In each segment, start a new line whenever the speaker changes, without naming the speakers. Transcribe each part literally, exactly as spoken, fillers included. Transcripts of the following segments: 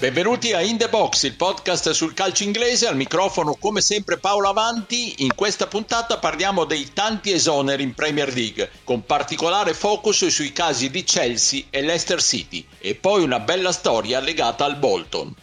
Benvenuti a In The Box, il podcast sul calcio inglese. Al microfono come sempre Paolo Avanti. In questa puntata parliamo dei tanti esoneri in Premier League, con particolare focus sui casi di Chelsea e Leicester City, e poi una bella storia legata al Bolton.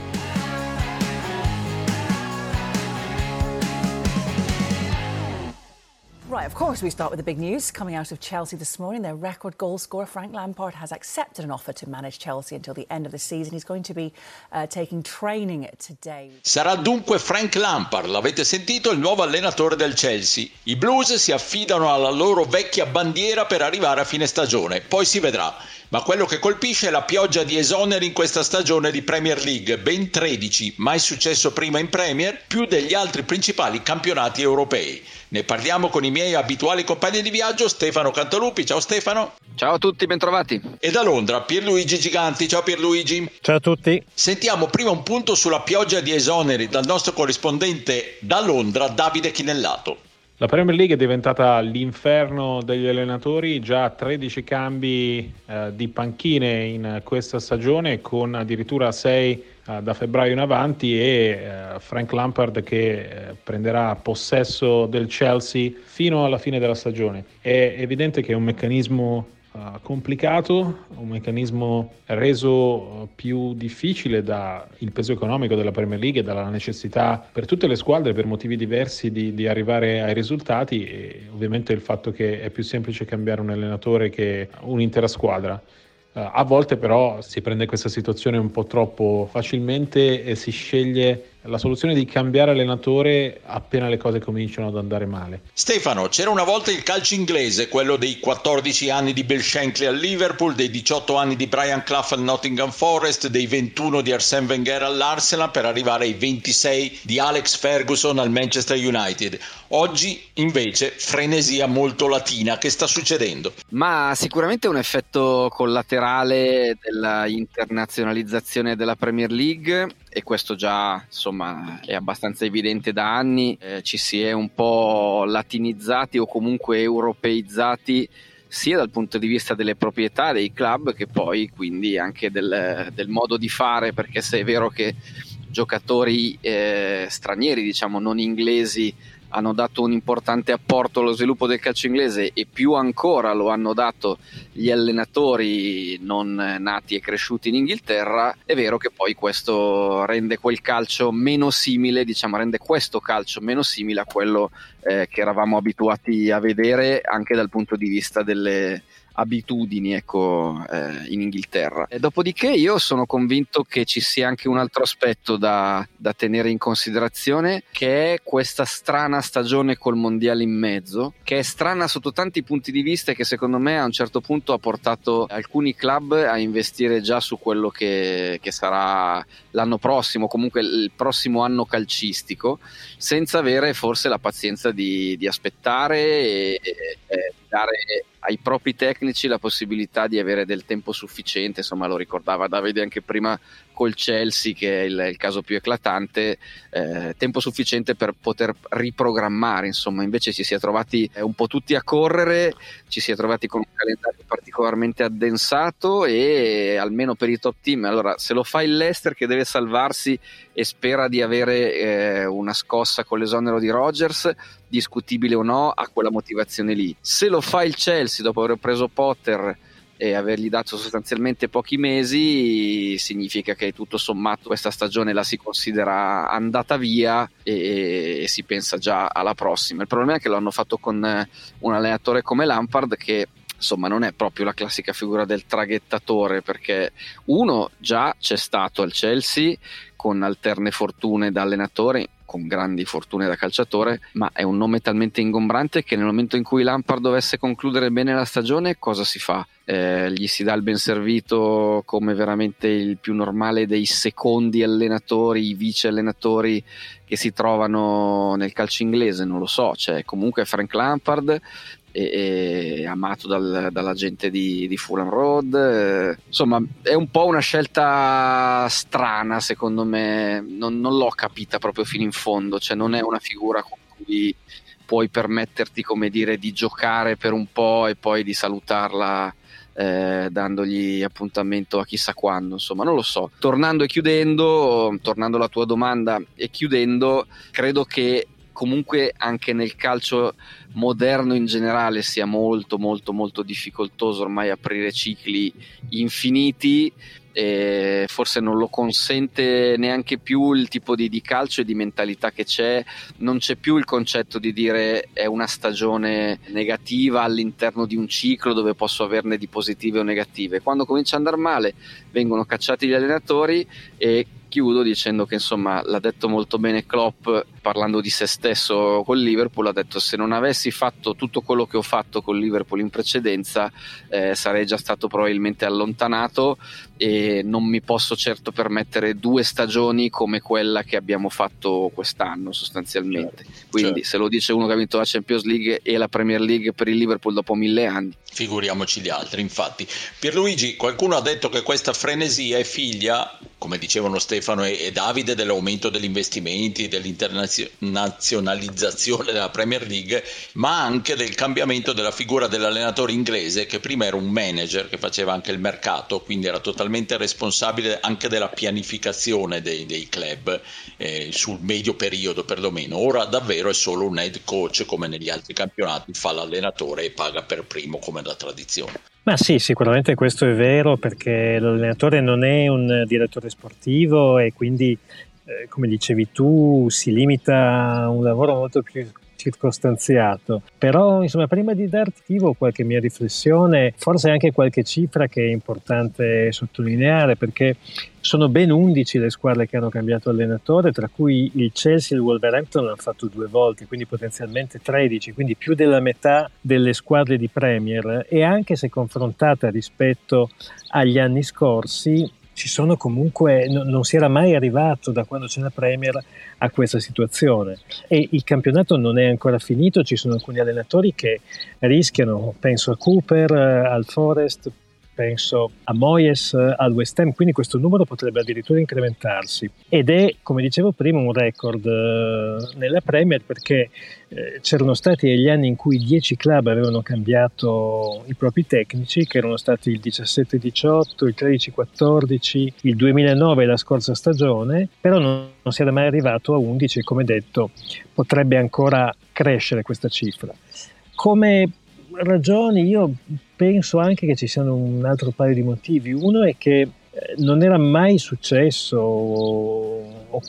Right, of course we start with the big news coming out of Chelsea this morning. Their record goal scorer Frank Lampard has accepted an offer to manage Chelsea until the end of the season. He's going to be uh, taking training today.
Sarà dunque Frank Lampard, l'avete sentito, il nuovo allenatore del Chelsea. I Blues si affidano alla loro vecchia bandiera per arrivare a fine stagione, poi si vedrà. Ma quello che colpisce è la pioggia di esoneri in questa stagione di Premier League, ben tredici, mai successo prima in Premier, più degli altri principali campionati europei. Ne parliamo con i miei abituali compagni di viaggio, Stefano Cantalupi. Ciao Stefano.
Ciao a tutti, bentrovati.
E da Londra Pierluigi Giganti. Ciao Pierluigi.
Ciao a tutti.
Sentiamo prima un punto sulla pioggia di esoneri dal nostro corrispondente da Londra, Davide Chinellato.
La Premier League è diventata l'inferno degli allenatori, già tredici cambi eh, di panchine in questa stagione, con addirittura sei eh, da febbraio in avanti, e eh, Frank Lampard che eh, prenderà possesso del Chelsea fino alla fine della stagione. È evidente che è un meccanismo Uh, complicato, un meccanismo reso uh, più difficile dal peso economico della Premier League e dalla necessità per tutte le squadre, per motivi diversi, di, di arrivare ai risultati, e ovviamente il fatto che è più semplice cambiare un allenatore che un'intera squadra. Uh, a volte però si prende questa situazione un po' troppo facilmente e si sceglie la soluzione di cambiare allenatore appena le cose cominciano ad andare male.
Stefano, c'era una volta il calcio inglese, quello dei quattordici anni di Bill Shankly al Liverpool, dei diciotto anni di Brian Clough al Nottingham Forest, dei ventuno di Arsène Wenger all'Arsenal, per arrivare ai ventisei di Alex Ferguson al Manchester United. Oggi invece frenesia molto latina. Che sta succedendo?
Ma sicuramente un effetto collaterale della internazionalizzazione della Premier League, e questo già insomma è abbastanza evidente da anni. Eh, ci si è un po' latinizzati o comunque europeizzati, sia dal punto di vista delle proprietà dei club che poi quindi anche del, del modo di fare, perché se è vero che giocatori eh, stranieri, diciamo non inglesi, hanno dato un importante apporto allo sviluppo del calcio inglese, e più ancora lo hanno dato gli allenatori non nati e cresciuti in Inghilterra, è vero che poi questo rende quel calcio meno simile, diciamo rende questo calcio meno simile a quello eh, che eravamo abituati a vedere, anche dal punto di vista delle abitudini, ecco, eh, in Inghilterra. E dopodiché io sono convinto che ci sia anche un altro aspetto da, da tenere in considerazione, che è questa strana stagione col mondiale in mezzo, che è strana sotto tanti punti di vista e che secondo me a un certo punto ha portato alcuni club a investire già su quello che, che sarà l'anno prossimo, comunque il prossimo anno calcistico, senza avere forse la pazienza di, di aspettare e, e dare ai propri tecnici la possibilità di avere del tempo sufficiente. Insomma, lo ricordava Davide anche prima col Chelsea, che è il, il caso più eclatante, eh, tempo sufficiente per poter riprogrammare. Insomma, invece ci si è trovati eh, un po' tutti a correre, ci si è trovati con un calendario particolarmente addensato, e almeno per i top team, allora se lo fa il Leicester che deve salvarsi e spera di avere eh, una scossa con l'esonero di Rodgers, discutibile o no, ha quella motivazione lì. Se lo fa il Chelsea dopo aver preso Potter e avergli dato sostanzialmente pochi mesi, significa che tutto sommato questa stagione la si considera andata via e, e si pensa già alla prossima. Il problema è che lo hanno fatto con un allenatore come Lampard, che insomma non è proprio la classica figura del traghettatore, perché uno già c'è stato al Chelsea con alterne fortune da allenatore, con grandi fortune da calciatore, ma è un nome talmente ingombrante che nel momento in cui Lampard dovesse concludere bene la stagione, cosa si fa? Eh, gli si dà il ben servito come veramente il più normale dei secondi allenatori, i vice allenatori che si trovano nel calcio inglese? Non lo so, cioè comunque Frank Lampard e, e amato dal, dalla gente di, di Fulham Road, eh, insomma è un po' una scelta strana, secondo me. non, non l'ho capita proprio fino in fondo, cioè non è una figura con cui puoi permetterti, come dire, di giocare per un po' e poi di salutarla eh, dandogli appuntamento a chissà quando, insomma non lo so. Tornando e chiudendo, tornando alla tua domanda e chiudendo, credo che comunque anche nel calcio moderno in generale sia molto molto molto difficoltoso ormai aprire cicli infiniti, e forse non lo consente neanche più il tipo di, di calcio e di mentalità che c'è. Non c'è più il concetto di dire è una stagione negativa all'interno di un ciclo dove posso averne di positive o negative. Quando comincia ad andare male vengono cacciati gli allenatori. E chiudo dicendo che insomma l'ha detto molto bene Klopp parlando di se stesso col Liverpool, ha detto: se non avessi fatto tutto quello che ho fatto col Liverpool in precedenza eh, sarei già stato probabilmente allontanato, e non mi posso certo permettere due stagioni come quella che abbiamo fatto quest'anno sostanzialmente. Certo, quindi certo. Se lo dice uno che ha vinto la Champions League e la Premier League per il Liverpool dopo mille anni,
figuriamoci gli altri. Infatti, Pierluigi, qualcuno ha detto che questa frenesia è figlia, come dicevano Stefano e, e Davide, dell'aumento degli investimenti, dell'internazionalizzazione della Premier League, ma anche del cambiamento della figura dell'allenatore inglese, che prima era un manager che faceva anche il mercato, quindi era totalmente responsabile anche della pianificazione dei, dei club eh, sul medio periodo perlomeno. Ora davvero è solo un head coach, come negli altri campionati, fa l'allenatore e paga per primo come da tradizione.
Ma sì, sicuramente questo è vero, perché l'allenatore non è un direttore sportivo e quindi, eh, come dicevi tu, si limita a un lavoro molto più circostanziato. Però, insomma, prima di darti qualche mia riflessione, forse anche qualche cifra che è importante sottolineare, perché sono ben undici le squadre che hanno cambiato allenatore, tra cui il Chelsea e il Wolverhampton l'hanno fatto due volte, quindi potenzialmente tredici, quindi più della metà delle squadre di Premier, e anche se confrontata rispetto agli anni scorsi, ci sono comunque, no, non si era mai arrivato da quando c'è la Premier a questa situazione, e il campionato non è ancora finito. Ci sono alcuni allenatori che rischiano, penso a Cooper, al Forest, penso a Moyes, al West Ham, quindi questo numero potrebbe addirittura incrementarsi, ed è, come dicevo prima, un record eh, nella Premier, perché eh, c'erano stati gli anni in cui dieci club avevano cambiato i propri tecnici, che erano stati il diciassette diciotto, il tredici quattordici, il duemilanove la scorsa stagione, però non, non si era mai arrivato a undici, e come detto potrebbe ancora crescere questa cifra. Come ragioni, io penso anche che ci siano un altro paio di motivi. Uno è che non era mai successo, o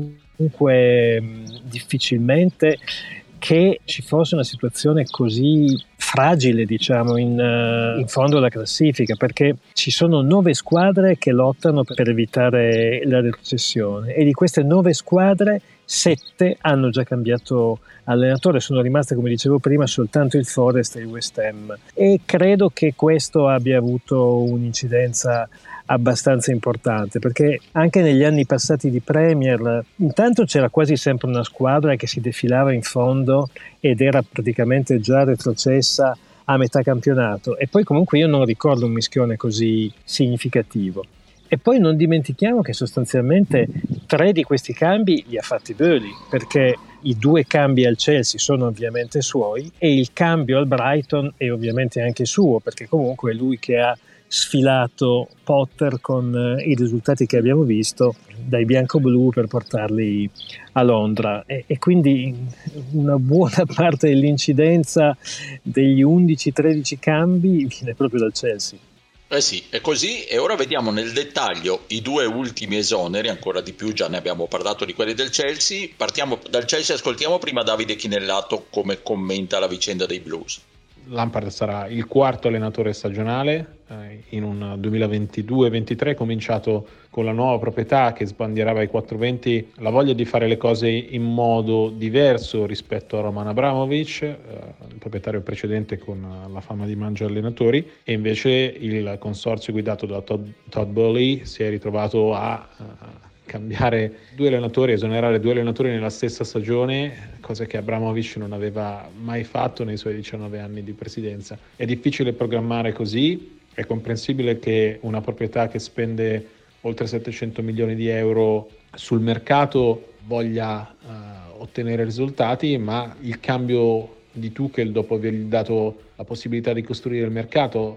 comunque difficilmente, che ci fosse una situazione così fragile, diciamo, in, in fondo alla classifica, perché ci sono nove squadre che lottano per evitare la retrocessione, e di queste nove squadre sette hanno già cambiato allenatore. Sono rimaste, come dicevo prima, soltanto il Forest e il West Ham, e credo che questo abbia avuto un'incidenza abbastanza importante, perché anche negli anni passati di Premier intanto c'era quasi sempre una squadra che si defilava in fondo ed era praticamente già retrocessa a metà campionato, e poi comunque io non ricordo un mischione così significativo. E poi non dimentichiamo che sostanzialmente tre di questi cambi li ha fatti Boehly, perché i due cambi al Chelsea sono ovviamente suoi, e il cambio al Brighton è ovviamente anche suo, perché comunque è lui che ha sfilato Potter con eh, i risultati che abbiamo visto dai bianco-blu per portarli a Londra, e, e quindi una buona parte dell'incidenza degli undici tredici cambi viene proprio dal Chelsea.
Eh sì, è così. E ora vediamo nel dettaglio i due ultimi esoneri, ancora di più, già ne abbiamo parlato di quelli del Chelsea. Partiamo dal Chelsea, ascoltiamo prima Davide Chinellato come commenta la vicenda dei Blues.
Lampard sarà il quarto allenatore stagionale eh, in un duemilaventidue ventitré, cominciato con la nuova proprietà che sbandierava ai quattrocentoventi la voglia di fare le cose in modo diverso rispetto a Roman Abramovich, eh, il proprietario precedente con la fama di mangia allenatori, e invece il consorzio guidato da Todd, Todd Boehly si è ritrovato a, a cambiare due allenatori, esonerare due allenatori nella stessa stagione, cosa che Abramovich non aveva mai fatto nei suoi diciannove anni di presidenza. È difficile programmare così, è comprensibile che una proprietà che spende oltre settecento milioni di euro sul mercato voglia uh, ottenere risultati, ma il cambio di Tuchel, dopo avergli dato la possibilità di costruire il mercato,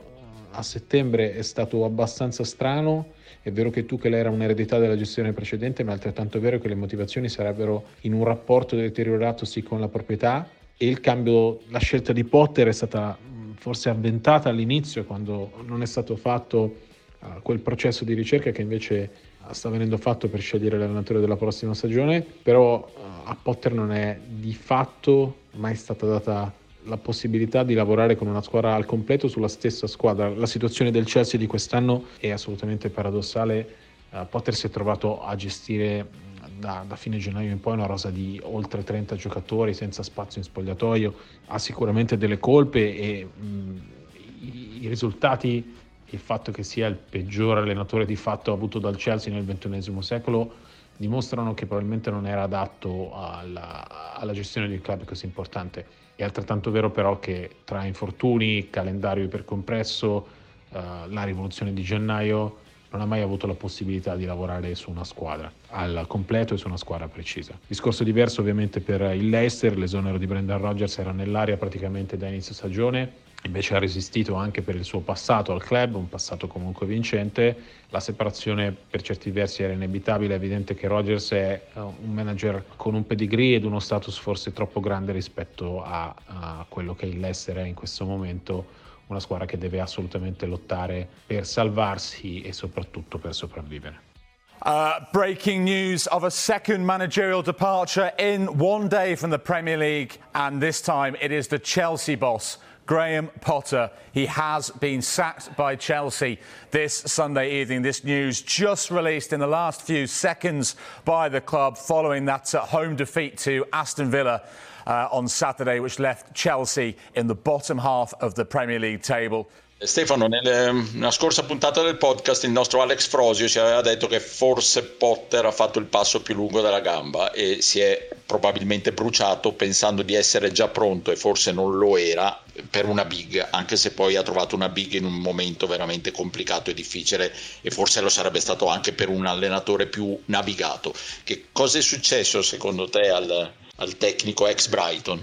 a settembre è stato abbastanza strano. È vero che Tuchel era un'eredità della gestione precedente, ma è altrettanto vero che le motivazioni sarebbero in un rapporto deterioratosi con la proprietà, e il cambio, la scelta di Potter è stata forse avventata all'inizio, quando non è stato fatto uh, quel processo di ricerca che invece uh, sta venendo fatto per scegliere l'allenatore della prossima stagione. Però uh, a Potter non è di fatto mai stata data la possibilità di lavorare con una squadra al completo sulla stessa squadra. La situazione del Chelsea di quest'anno è assolutamente paradossale. Uh, Potter si è trovato a gestire da, da fine gennaio in poi una rosa di oltre trenta giocatori senza spazio in spogliatoio. Ha sicuramente delle colpe, e mh, i, i risultati, il fatto che sia il peggior allenatore di fatto avuto dal Chelsea nel ventunesimo secolo, dimostrano che probabilmente non era adatto alla, alla gestione di un club così importante. È altrettanto vero però che tra infortuni, calendario ipercompresso, uh, la rivoluzione di gennaio, non ha mai avuto la possibilità di lavorare su una squadra al completo e su una squadra precisa. Discorso diverso ovviamente per il Leicester. L'esonero di Brendan Rodgers era nell'aria praticamente da inizio stagione, invece ha resistito anche per il suo passato al club, un passato comunque vincente. La separazione per certi versi era inevitabile. È evidente che Rodgers è un manager con un pedigree ed uno status forse troppo grande rispetto a, a quello che il Leicester è in questo momento, una squadra che deve assolutamente lottare per salvarsi e soprattutto per sopravvivere.
Uh, breaking news of a second managerial departure in one day from the Premier League, and this time it is the Chelsea boss, Graham Potter. He has been sacked by Chelsea this Sunday evening. This news just released in the last few seconds by the club following that uh, home defeat to Aston Villa uh, on Saturday, which left Chelsea in the bottom half of the Premier League table.
Stefano, nella scorsa puntata del podcast il nostro Alex Frosio ci aveva detto che forse Potter ha fatto il passo più lungo della gamba e si è probabilmente bruciato pensando di essere già pronto, e forse non lo era, per una big, anche se poi ha trovato una big in un momento veramente complicato e difficile, e forse lo sarebbe stato anche per un allenatore più navigato. Che cosa è successo secondo te al, al tecnico ex Brighton?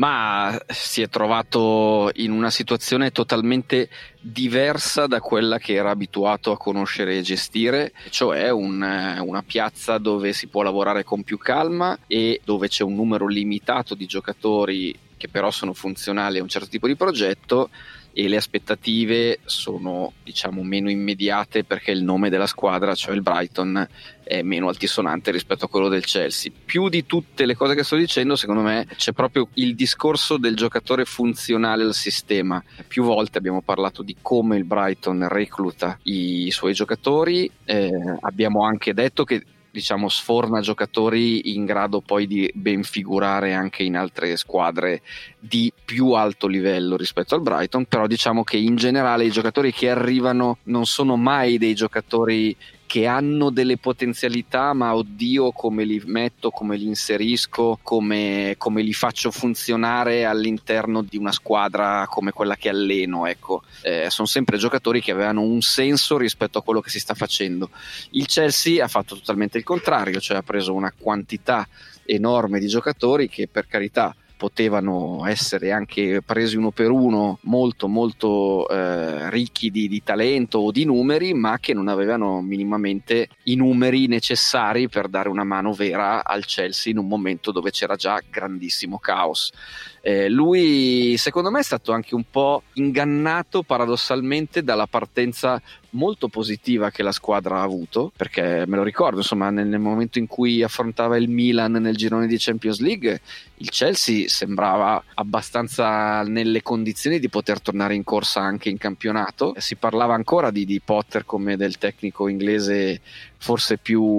Ma si è trovato in una situazione totalmente diversa da quella che era abituato a conoscere e gestire, cioè un, una piazza dove si può lavorare con più calma e dove c'è un numero limitato di giocatori che però sono funzionali a un certo tipo di progetto, e le aspettative sono, diciamo, meno immediate perché il nome della squadra, cioè il Brighton, è meno altisonante rispetto a quello del Chelsea. Più di tutte le cose che sto dicendo, secondo me c'è proprio il discorso del giocatore funzionale al sistema. Più volte abbiamo parlato di come il Brighton recluta i suoi giocatori, eh, abbiamo anche detto che, diciamo, sforna giocatori in grado poi di ben figurare anche in altre squadre di più alto livello rispetto al Brighton. Però diciamo che in generale i giocatori che arrivano non sono mai dei giocatori che hanno delle potenzialità, ma oddio come li metto, come li inserisco, come, come li faccio funzionare all'interno di una squadra come quella che alleno, ecco. Eh, sono sempre giocatori che avevano un senso rispetto a quello che si sta facendo. Il Chelsea ha fatto totalmente il contrario, cioè ha preso una quantità enorme di giocatori che, per carità, potevano essere anche presi uno per uno, molto molto eh, ricchi di, di talento o di numeri, ma che non avevano minimamente i numeri necessari per dare una mano vera al Chelsea in un momento dove c'era già grandissimo caos. Eh, lui secondo me è stato anche un po' ingannato paradossalmente dalla partenza molto positiva che la squadra ha avuto, perché me lo ricordo, insomma, nel, nel momento in cui affrontava il Milan nel girone di Champions League, il Chelsea sembrava abbastanza nelle condizioni di poter tornare in corsa anche in campionato. Si parlava ancora di, di Potter come del tecnico inglese forse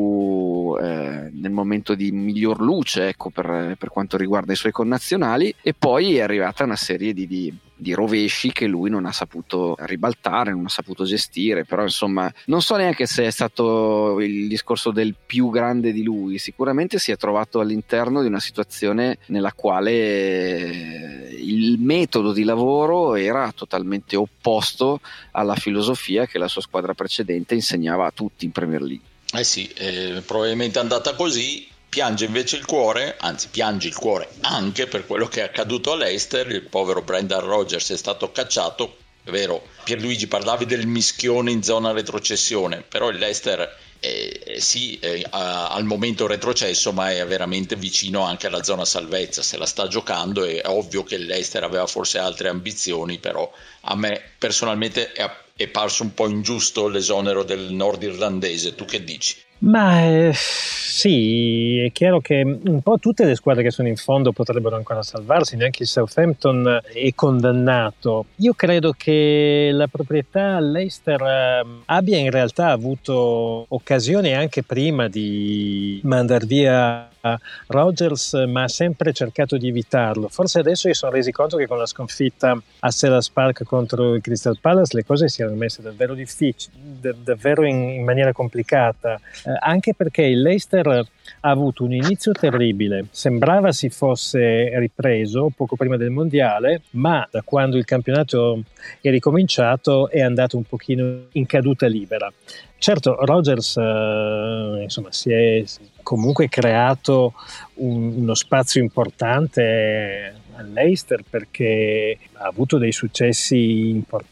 più eh, nel momento di miglior luce, ecco, per, per quanto riguarda i suoi connazionali, e poi è arrivata una serie di, di di rovesci che lui non ha saputo ribaltare, non ha saputo gestire. Però insomma non so neanche se è stato il discorso del più grande di lui, sicuramente si è trovato all'interno di una situazione nella quale il metodo di lavoro era totalmente opposto alla filosofia che la sua squadra precedente insegnava a tutti in Premier League.
Eh sì, eh, probabilmente è andata così. Piange invece il cuore, anzi piange il cuore anche per quello che è accaduto a Leicester. Il povero Brendan Rodgers è stato cacciato È vero, Pierluigi, parlavi del mischione in zona retrocessione, però il Leicester eh, sì, eh, al momento retrocesso, ma è veramente vicino anche alla zona salvezza, se la sta giocando. È ovvio che il Leicester aveva forse altre ambizioni, però a me personalmente è, è parso un po' ingiusto l'esonero del nordirlandese. Tu che dici?
Ma eh, sì, è chiaro che un po' tutte le squadre che sono in fondo potrebbero ancora salvarsi, neanche il Southampton è condannato. Io credo che la proprietà Leicester eh, abbia in realtà avuto occasione anche prima di mandar via Rodgers, ma ha sempre cercato di evitarlo. Forse adesso si sono resi conto che con la sconfitta a Selhurst Park contro il Crystal Palace le cose si erano messe davvero difficili, d- davvero in, in maniera complicata, eh, anche perché il Leicester ha avuto un inizio terribile, sembrava si fosse ripreso poco prima del mondiale, ma da quando il campionato è ricominciato è andato un pochino in caduta libera. Certo, Rodgers eh, insomma, si è comunque creato un, uno spazio importante all'Leicester perché ha avuto dei successi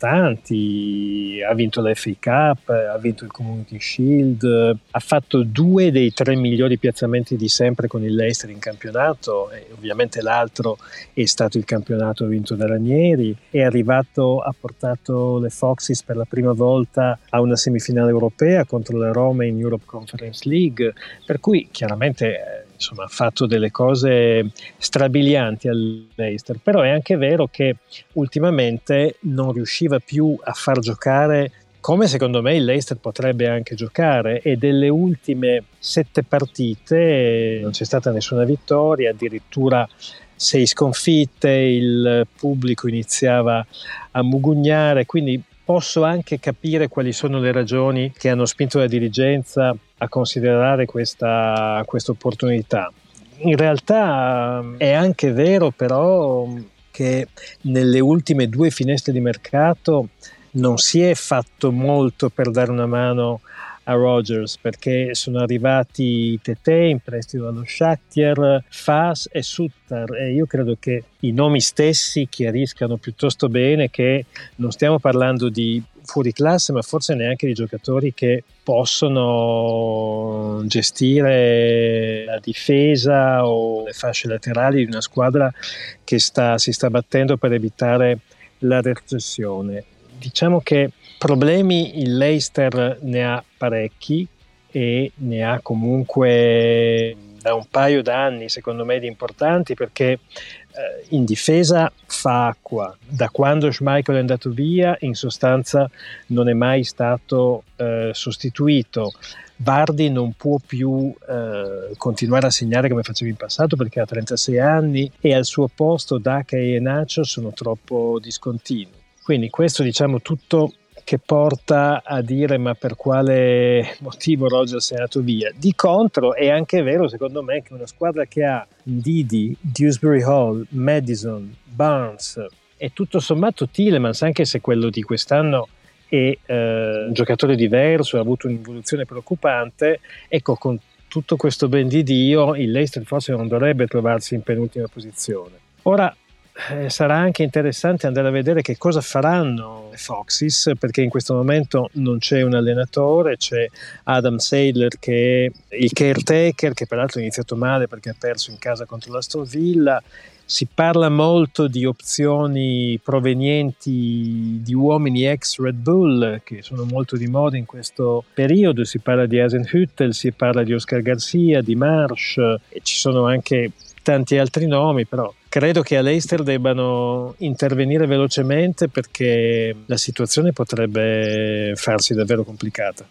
importanti, ha vinto la F A Cup, ha vinto il Community Shield, ha fatto due dei tre migliori piazzamenti di sempre con il Leicester in campionato e ovviamente l'altro è stato il campionato vinto da Ranieri, è arrivato, ha portato le Foxes per la prima volta a una semifinale europea contro la Roma in Europe Conference League, per cui chiaramente insomma, ha fatto delle cose strabilianti al Leicester, però è anche vero che ultimamente non riusciva più a far giocare come secondo me il Leicester potrebbe anche giocare, e delle ultime sette partite non c'è stata nessuna vittoria, addirittura sei sconfitte, il pubblico iniziava a mugugnare, quindi posso anche capire quali sono le ragioni che hanno spinto la dirigenza a considerare questa questa opportunità. In realtà è anche vero però che nelle ultime due finestre di mercato non si è fatto molto per dare una mano a Rodgers, perché sono arrivati Tete in prestito dallo Shakhtar, Fas e Sutter, e io credo che i nomi stessi chiariscano piuttosto bene che non stiamo parlando di fuori classe, ma forse neanche di giocatori che possono gestire la difesa o le fasce laterali di una squadra che sta, si sta battendo per evitare la retrocessione. Diciamo che problemi il Leicester ne ha parecchi e ne ha comunque da un paio d'anni secondo me di importanti, perché eh, in difesa fa acqua. Da quando Schmeichel è andato via in sostanza non è mai stato eh, sostituito. Vardy non può più eh, continuare a segnare come faceva in passato perché ha trentasei anni e al suo posto Daka e Iheanacho sono troppo discontinui. Quindi questo diciamo tutto che porta a dire ma per quale motivo Rodgers è andato via. Di contro è anche vero secondo me che una squadra che ha Ndidi, Dewsbury Hall, Maddison, Barnes e tutto sommato Tielemans, anche se quello di quest'anno è eh, un giocatore diverso, ha avuto un'evoluzione preoccupante, ecco, con tutto questo ben di Dio il Leicester forse non dovrebbe trovarsi in penultima posizione. Ora Eh, sarà anche interessante andare a vedere che cosa faranno le Foxes, perché in questo momento non c'è un allenatore, c'è Adam Sadler che è il caretaker, che peraltro ha iniziato male perché ha perso in casa contro l'Aston Villa. Si parla molto di opzioni provenienti di uomini ex Red Bull che sono molto di moda in questo periodo, si parla di Hasenhüttl, si parla di Oscar Garcia, di Marsh e ci sono anche tanti altri nomi, però credo che a Leicester debbano intervenire velocemente perché la situazione potrebbe farsi davvero complicata.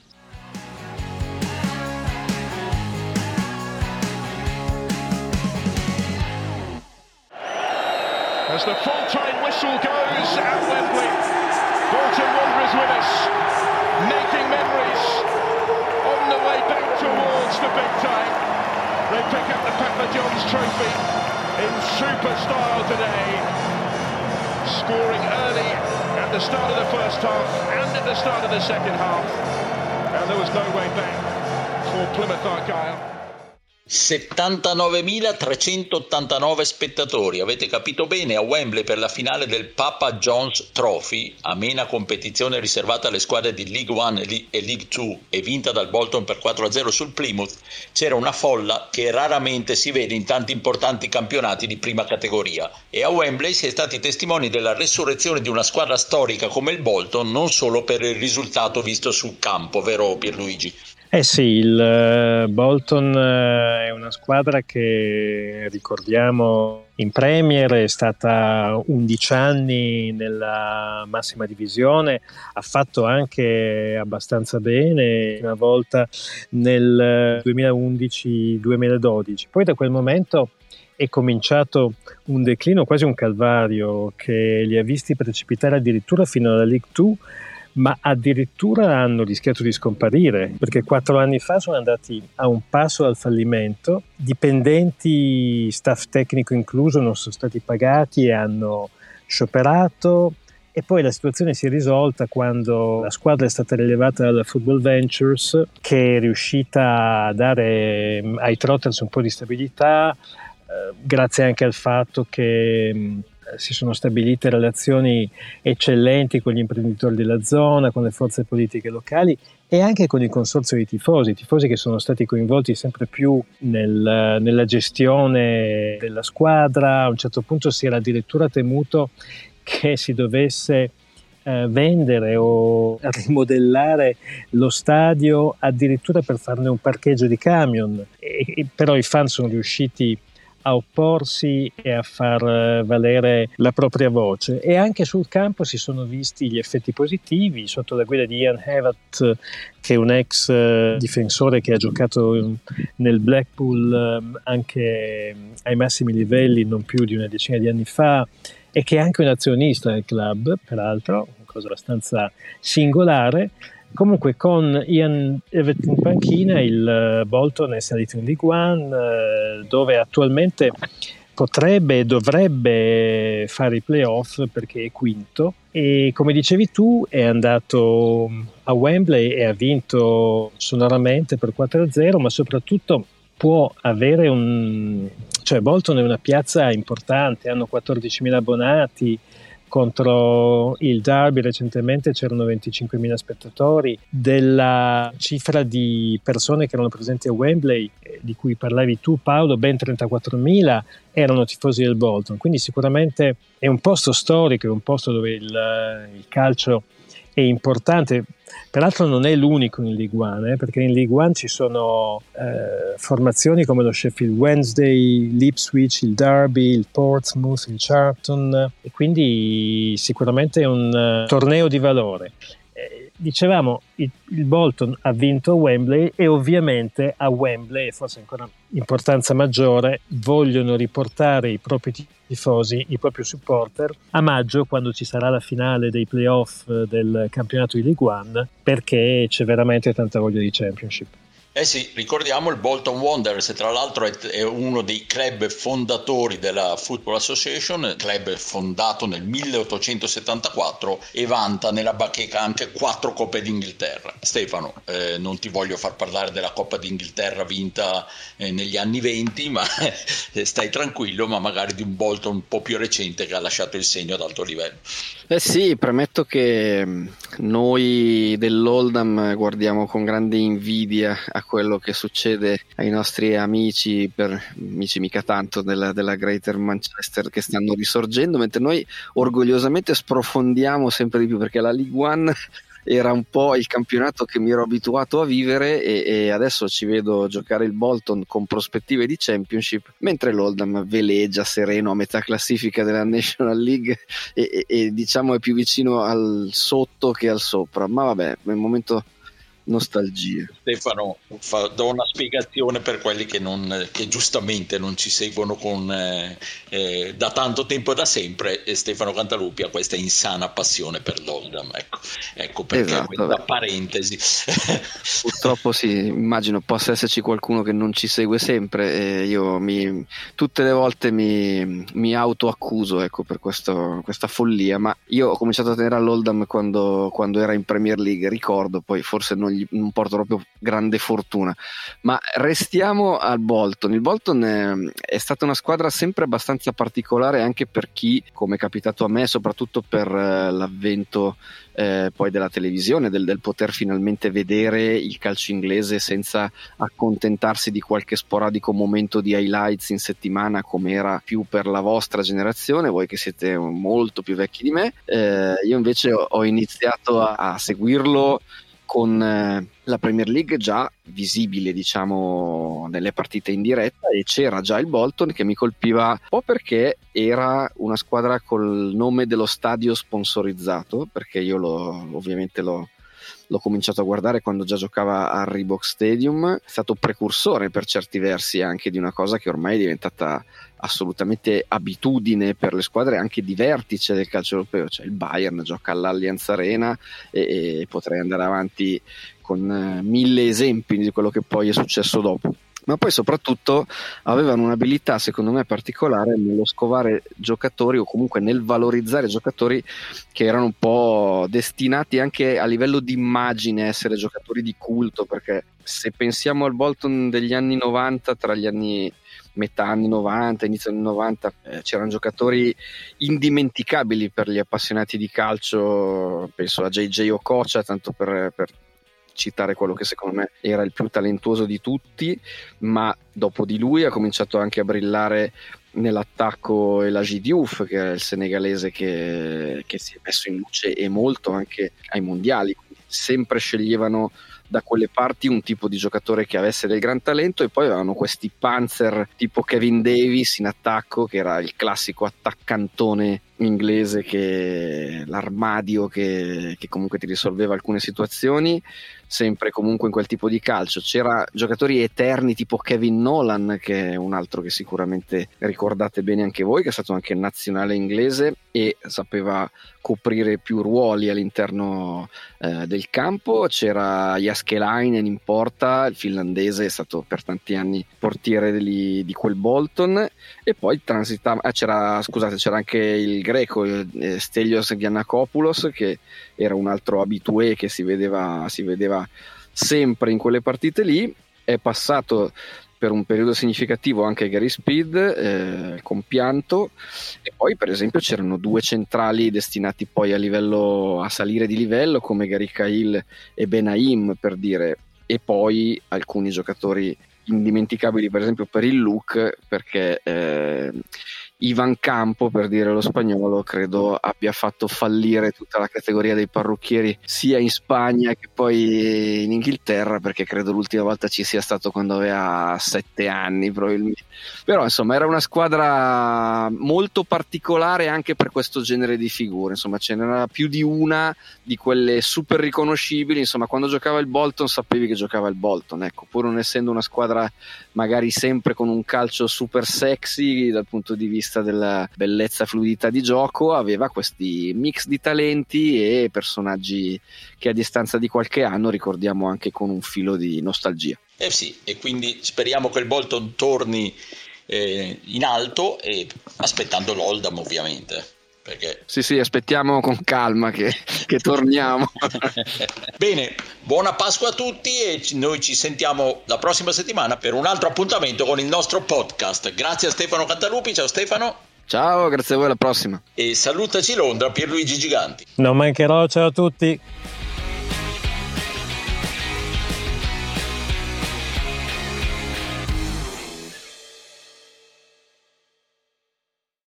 As the full-time whistle goes at Wembley, Bolton Wanderers with us, making memories on the way back towards the big time. They pick up the Papa John's trophy in super style today, scoring early at the start of the first half and at the start of the second half, and there was no way back for Plymouth Argyle.
settantanovemilatrecentottantanove spettatori, avete capito bene, a Wembley per la finale del Papa John's Trophy, amena competizione riservata alle squadre di League One e League Two e vinta dal Bolton per quattro a zero sul Plymouth, c'era una folla che raramente si vede in tanti importanti campionati di prima categoria, e a Wembley si è stati testimoni della resurrezione di una squadra storica come il Bolton, non solo per il risultato visto sul campo, vero Pierluigi?
Eh sì, il uh, Bolton uh, è una squadra che, ricordiamo, in Premier è stata undici anni nella massima divisione, ha fatto anche abbastanza bene una volta nel duemilaundici duemiladodici. Poi da quel momento è cominciato un declino, quasi un calvario, che li ha visti precipitare addirittura fino alla League Two, ma addirittura hanno rischiato di scomparire, perché quattro anni fa sono andati a un passo dal fallimento, dipendenti, staff tecnico incluso, non sono stati pagati e hanno scioperato, e poi la situazione si è risolta quando la squadra è stata rilevata dalla Football Ventures, che è riuscita a dare ai Trotters un po' di stabilità, eh, grazie anche al fatto che mh, si sono stabilite relazioni eccellenti con gli imprenditori della zona, con le forze politiche locali e anche con il consorzio di tifosi, tifosi che sono stati coinvolti sempre più nel, nella gestione della squadra. A un certo punto si era addirittura temuto che si dovesse eh, vendere o rimodellare lo stadio addirittura per farne un parcheggio di camion, e, e, però i fan sono riusciti a opporsi e a far valere la propria voce, e anche sul campo si sono visti gli effetti positivi sotto la guida di Ian Hevatt, che è un ex uh, difensore che ha giocato nel Blackpool um, anche ai massimi livelli non più di una decina di anni fa, e che è anche un azionista del club, peraltro, una cosa abbastanza singolare. Comunque, con Ian Hevatt in panchina, il Bolton è salito in League One, dove attualmente potrebbe e dovrebbe fare i playoff perché è quinto, e come dicevi tu è andato a Wembley e ha vinto sonoramente per quattro a zero, ma soprattutto può avere un... cioè Bolton è una piazza importante, hanno quattordicimila abbonati. Contro il Derby recentemente c'erano venticinquemila spettatori. Della cifra di persone che erano presenti a Wembley, di cui parlavi tu Paolo, ben trentaquattromila erano tifosi del Bolton, quindi sicuramente è un posto storico, è un posto dove il, il calcio è importante. Peraltro non è l'unico in League One, eh, perché in League One ci sono eh, formazioni come lo Sheffield Wednesday, l'Ipswich, il Derby, il Portsmouth, il Charlton, e quindi sicuramente è un uh, torneo di valore. Eh, dicevamo, il, il Bolton ha vinto a Wembley, e ovviamente a Wembley, e forse ancora importanza maggiore, vogliono riportare i propri tifosi, i propri supporter a maggio, quando ci sarà la finale dei playoff del campionato di League One, perché c'è veramente tanta voglia di Championship.
Eh sì, ricordiamo il Bolton Wanderers, tra l'altro è, è uno dei club fondatori della Football Association, club fondato nel milleottocentosettantaquattro, e vanta nella bacheca anche quattro Coppe d'Inghilterra. Stefano, eh, non ti voglio far parlare della Coppa d'Inghilterra vinta eh, negli anni venti, ma eh, stai tranquillo, ma magari di un Bolton un po' più recente che ha lasciato il segno ad alto livello.
Eh sì, premetto che noi dell'Oldham guardiamo con grande invidia a quello che succede ai nostri amici, per amici mica tanto, della, della Greater Manchester, che stanno risorgendo, mentre noi orgogliosamente sprofondiamo sempre di più, perché la League One era un po' il campionato che mi ero abituato a vivere, e, e adesso ci vedo giocare il Bolton con prospettive di Championship, mentre l'Oldham veleggia sereno a metà classifica della National League e, e, e diciamo è più vicino al sotto che al sopra, ma vabbè, è un momento nostalgie.
Stefano, fa, do una spiegazione per quelli che, non, che giustamente non ci seguono con, eh, eh, da tanto tempo e da sempre. E Stefano Cantaluppi ha questa insana passione per l'Oldham, ecco, ecco perché esatto, questa beh. parentesi.
Purtroppo sì, immagino possa esserci qualcuno che non ci segue sempre, e io mi, tutte le volte mi, mi autoaccuso, ecco, per questo, questa follia, ma io ho cominciato a tenere all'Oldham quando, quando era in Premier League, ricordo, poi forse non gli gli, non porto proprio grande fortuna. Ma restiamo al Bolton. Il Bolton è, è stata una squadra sempre abbastanza particolare, anche per chi, come è capitato a me, soprattutto per eh, l'avvento eh, poi della televisione, del, del poter finalmente vedere il calcio inglese senza accontentarsi di qualche sporadico momento di highlights in settimana, come era più per la vostra generazione, voi che siete molto più vecchi di me. Eh, io invece ho, ho iniziato a, a seguirlo con eh, la Premier League già visibile, diciamo, nelle partite in diretta, e c'era già il Bolton che mi colpiva un po' perché era una squadra col nome dello stadio sponsorizzato, perché io lo, ovviamente l'ho l'ho cominciato a guardare quando già giocava al Reebok Stadium. È stato precursore per certi versi anche di una cosa che ormai è diventata assolutamente abitudine per le squadre anche di vertice del calcio europeo, cioè il Bayern gioca all'Allianz Arena e, e potrei andare avanti con eh, mille esempi di quello che poi è successo dopo. Ma poi soprattutto avevano un'abilità secondo me particolare nello scovare giocatori, o comunque nel valorizzare giocatori che erano un po' destinati anche a livello di immagine a essere giocatori di culto, perché se pensiamo al Bolton degli anni novanta, tra gli anni metà anni novanta, inizio anni novanta, eh, c'erano giocatori indimenticabili per gli appassionati di calcio, penso a J J Okocha, tanto per, per citare quello che secondo me era il più talentuoso di tutti, ma dopo di lui ha cominciato anche a brillare nell'attacco Elhadji Diouf, che è il senegalese che, che si è messo in luce e molto anche ai mondiali. Quindi sempre sceglievano da quelle parti un tipo di giocatore che avesse del gran talento, e poi avevano questi panzer tipo Kevin Davis in attacco, che era il classico attaccantone inglese, che l'armadio che, che comunque ti risolveva alcune situazioni, sempre comunque in quel tipo di calcio. C'era giocatori eterni tipo Kevin Nolan, che è un altro che sicuramente ricordate bene anche voi, che è stato anche nazionale inglese e sapeva coprire più ruoli all'interno eh, del campo. C'era Jääskeläinen in porta, il finlandese, è stato per tanti anni portiere di, di quel Bolton, e poi transitava, ah, c'era, scusate, c'era anche il greco eh, Stelios Giannakopoulos, che era un altro habitué che si vedeva, si vedeva sempre in quelle partite lì. È passato per un periodo significativo anche Gary Speed, eh, il compianto, e poi per esempio c'erano due centrali destinati poi a livello a salire di livello come Gary Cahill e Benaim, per dire, e poi alcuni giocatori indimenticabili per esempio per il look, perché eh, Ivan Campo, per dire lo spagnolo, credo abbia fatto fallire tutta la categoria dei parrucchieri sia in Spagna che poi in Inghilterra, perché credo l'ultima volta ci sia stato quando aveva sette anni probabilmente. Però insomma era una squadra molto particolare anche per questo genere di figure, insomma ce n'era più di una di quelle super riconoscibili. Insomma, quando giocava il Bolton sapevi che giocava il Bolton, ecco, pur non essendo una squadra magari sempre con un calcio super sexy dal punto di vista della bellezza e fluidità di gioco, aveva questi mix di talenti e personaggi che a distanza di qualche anno ricordiamo anche con un filo di nostalgia.
Eh sì, e quindi speriamo che il Bolton torni eh, in alto, e aspettando l'Oldham ovviamente. Perché... Sì,
sì, aspettiamo con calma che, che torniamo.
Bene, buona Pasqua a tutti, e noi ci sentiamo la prossima settimana per un altro appuntamento con il nostro podcast. Grazie a Stefano Cantalupi, ciao Stefano.
Ciao, grazie a voi, alla prossima.
E salutaci Londra, Pierluigi Giganti.
Non mancherò, ciao a tutti.